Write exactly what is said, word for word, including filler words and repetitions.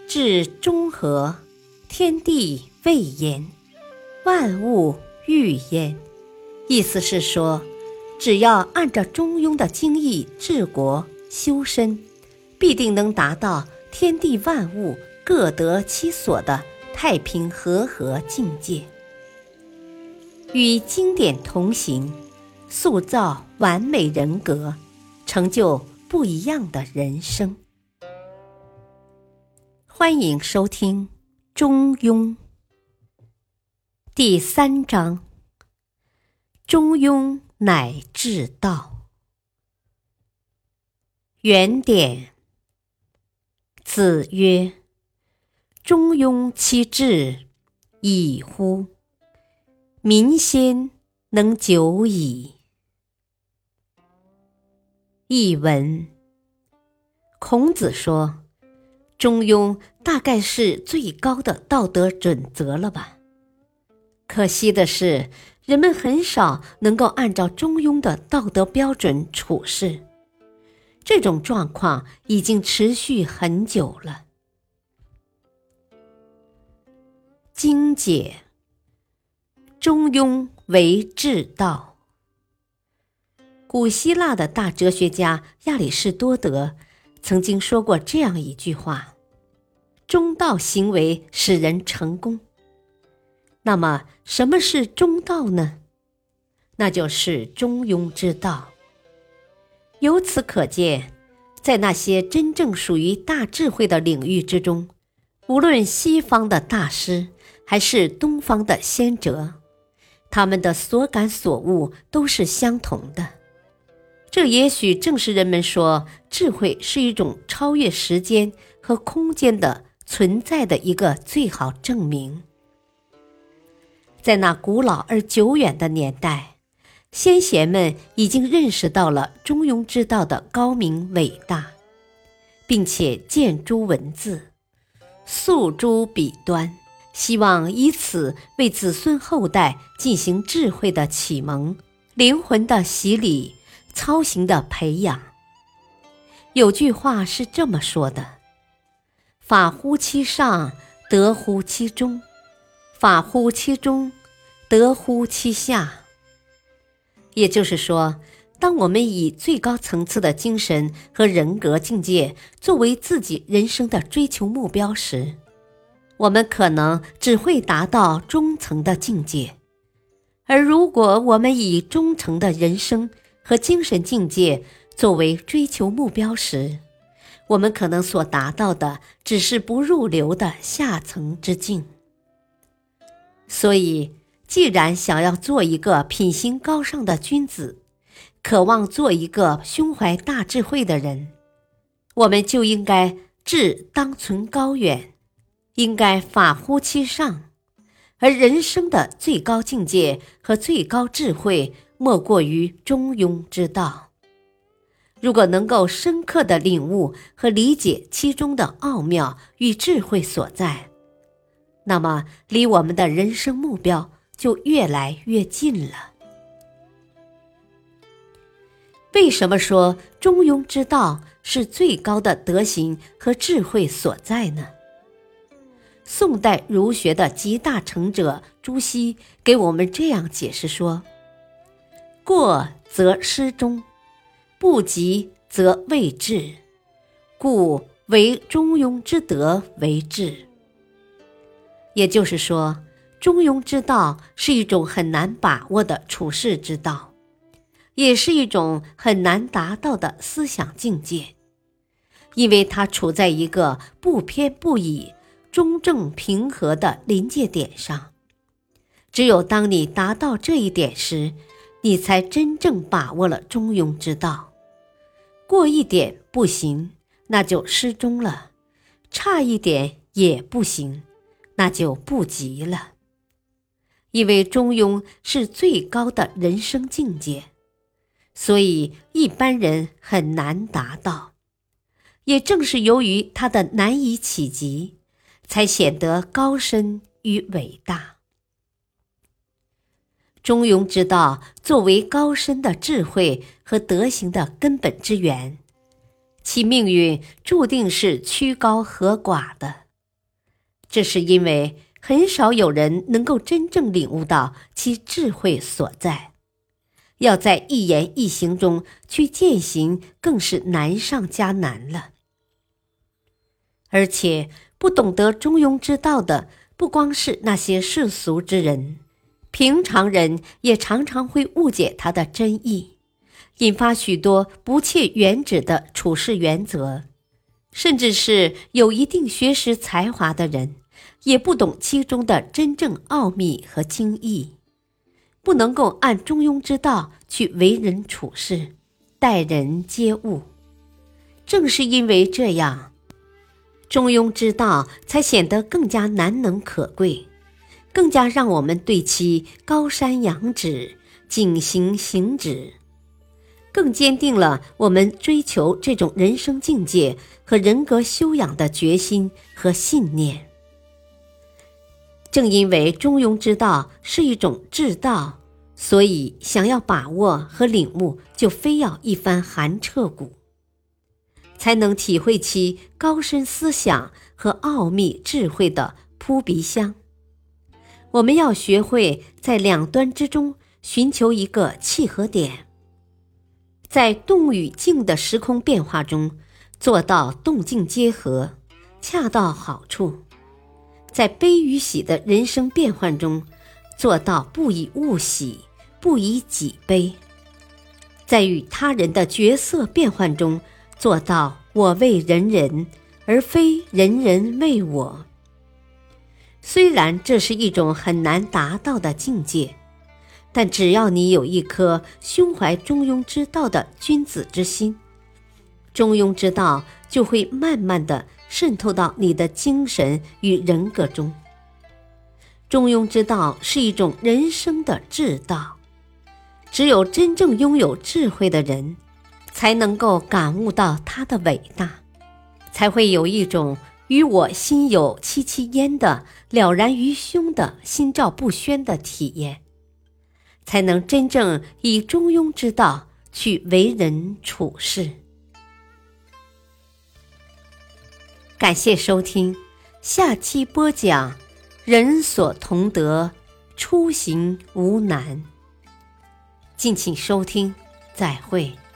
至中和，天地未焉，万物欲焉。意思是说，只要按照中庸的精义治国修身，必定能达到天地万物各得其所的太平和合境界。与经典同行，塑造完美人格，成就不一样的人生。欢迎收听中庸第三章，中庸乃至道。原典：子曰：中庸其志，已乎！民先能久矣。译文：孔子说，中庸大概是最高的道德准则了吧？可惜的是，人们很少能够按照中庸的道德标准处事，这种状况已经持续很久了。经解：中庸为至道。古希腊的大哲学家亚里士多德曾经说过这样一句话：中道行为使人成功。那么什么是中道呢？那就是中庸之道。由此可见，在那些真正属于大智慧的领域之中，无论西方的大师还是东方的先哲，他们的所感所悟都是相同的。这也许正是人们说智慧是一种超越时间和空间的存在的一个最好证明。在那古老而久远的年代，先贤们已经认识到了中庸之道的高明伟大，并且见诸文字，诉诸笔端，希望以此为子孙后代进行智慧的启蒙、灵魂的洗礼、操行的培养。有句话是这么说的：法乎其上，德乎其中；法乎其中，德乎其下。也就是说，当我们以最高层次的精神和人格境界作为自己人生的追求目标时，我们可能只会达到中层的境界。而如果我们以中层的人生和精神境界作为追求目标时，我们可能所达到的只是不入流的下层之境。所以，既然想要做一个品行高尚的君子，渴望做一个胸怀大智慧的人，我们就应该志当存高远，应该法乎其上。而人生的最高境界和最高智慧，莫过于中庸之道。如果能够深刻地领悟和理解其中的奥妙与智慧所在，那么离我们的人生目标就越来越近了。为什么说中庸之道是最高的德行和智慧所在呢？宋代儒学的集大成者朱熹给我们这样解释说：过则失中，不及则未至，故为中庸之德为治。也就是说，中庸之道是一种很难把握的处世之道，也是一种很难达到的思想境界，因为它处在一个不偏不倚、中正平和的临界点上。只有当你达到这一点时，你才真正把握了中庸之道。过一点不行，那就失中了；差一点也不行，那就不及了。因为中庸是最高的人生境界，所以一般人很难达到。也正是由于它的难以企及，才显得高深与伟大。中庸之道作为高深的智慧和德行的根本之源，其命运注定是曲高和寡的。 这是因为很少有人能够真正领悟到其智慧所在，要在一言一行中去践行，更是难上加难了。而且不懂得中庸之道的，不光是那些世俗之人，平常人也常常会误解它的真意，引发许多不切原旨的处事原则，甚至是有一定学识才华的人，也不懂其中的真正奥秘和精义，不能够按中庸之道去为人处事，待人接物。正是因为这样，中庸之道才显得更加难能可贵，更加让我们对其高山仰止，景行行止，更坚定了我们追求这种人生境界和人格修养的决心和信念。正因为中庸之道是一种至道，所以想要把握和领悟，就非要一番寒彻骨，才能体会其高深思想和奥秘智慧的扑鼻香。我们要学会在两端之中寻求一个契合点，在动与静的时空变化中做到动静结合，恰到好处，在悲与喜的人生变幻中做到不以物喜，不以己悲，在与他人的角色变换中做到我为人人，而非人人为我。虽然这是一种很难达到的境界，但只要你有一颗胸怀中庸之道的君子之心，中庸之道就会慢慢地渗透到你的精神与人格中。中庸之道是一种人生的至道，只有真正拥有智慧的人，才能够感悟到它的伟大，才会有一种与我心有戚戚焉的了然于胸的心照不宣的体验，才能真正以中庸之道去为人处事。感谢收听，下期播讲人所同得，出行无难。敬请收听，再会。